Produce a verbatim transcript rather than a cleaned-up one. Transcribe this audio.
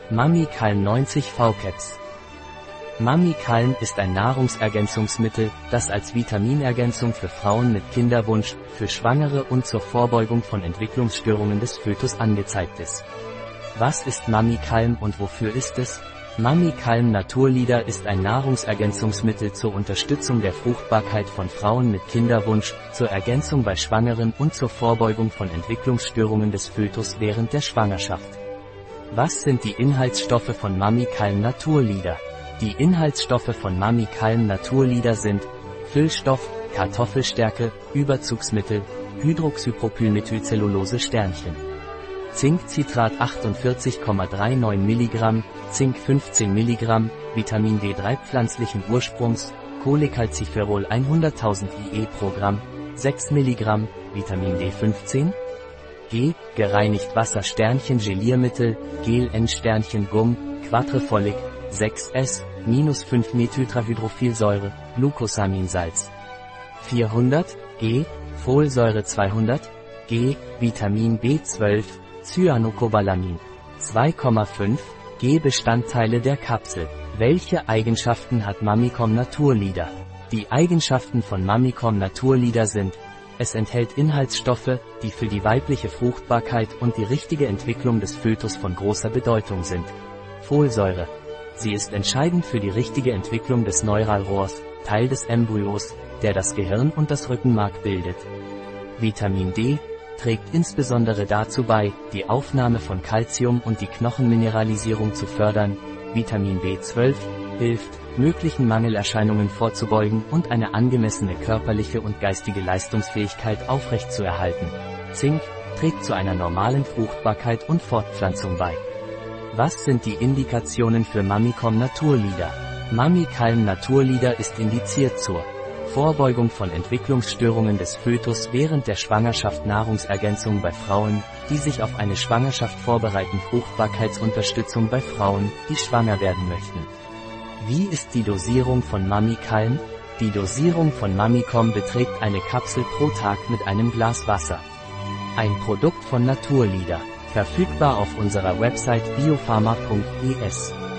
Mamikalm neunzig V-Caps. Mamikalm ist ein Nahrungsergänzungsmittel, das als Vitaminergänzung für Frauen mit Kinderwunsch, für Schwangere und zur Vorbeugung von Entwicklungsstörungen des Fötus angezeigt ist. Was ist Mamikalm und wofür ist es? Mamikalm Naturleader ist ein Nahrungsergänzungsmittel zur Unterstützung der Fruchtbarkeit von Frauen mit Kinderwunsch, zur Ergänzung bei Schwangeren und zur Vorbeugung von Entwicklungsstörungen des Fötus während der Schwangerschaft. Was sind die Inhaltsstoffe von Mamikalm Naturleader? Die Inhaltsstoffe von Mamikalm Naturleader sind Füllstoff, Kartoffelstärke, Überzugsmittel, Hydroxypropylmethylcellulose Sternchen. Zinkcitrat achtundvierzig Komma neununddreißig Milligramm, Zink fünfzehn Milligramm, Vitamin D drei pflanzlichen Ursprungs, Cholecalciferol hunderttausend I E pro Gramm, sechs Milligramm, Vitamin D fünfzehn, G, gereinigt Wasser Sternchen Geliermittel, Gel N Sternchen Gumm, Quatrefolic, sechs S, minus fünf Methyltetrahydrophilsäure, Glucosaminsalz. vierhundert, G, Folsäure zweihundert, G, Vitamin B zwölf, Cyanocobalamin. zwei Komma fünf, G Bestandteile der Kapsel. Welche Eigenschaften hat Mamikalm Naturleader? Die Eigenschaften von Mamikalm Naturleader sind: Es enthält Inhaltsstoffe, die für die weibliche Fruchtbarkeit und die richtige Entwicklung des Fötus von großer Bedeutung sind. Folsäure. Sie ist entscheidend für die richtige Entwicklung des Neuralrohrs, Teil des Embryos, der das Gehirn und das Rückenmark bildet. Vitamin D trägt insbesondere dazu bei, die Aufnahme von Calcium und die Knochenmineralisierung zu fördern. Vitamin B zwölf hilft, möglichen Mangelerscheinungen vorzubeugen und eine angemessene körperliche und geistige Leistungsfähigkeit aufrechtzuerhalten. Zink trägt zu einer normalen Fruchtbarkeit und Fortpflanzung bei. Was sind die Indikationen für Mamikalm Naturleader? Mamikalm Naturleader ist indiziert zur Vorbeugung von Entwicklungsstörungen des Fötus während der Schwangerschaft, Nahrungsergänzung bei Frauen, die sich auf eine Schwangerschaft vorbereiten, Fruchtbarkeitsunterstützung bei Frauen, die schwanger werden möchten. Wie ist die Dosierung von Mamikalm? Die Dosierung von Mamikalm beträgt eine Kapsel pro Tag mit einem Glas Wasser. Ein Produkt von Naturleader, verfügbar auf unserer Website biopharma punkt es.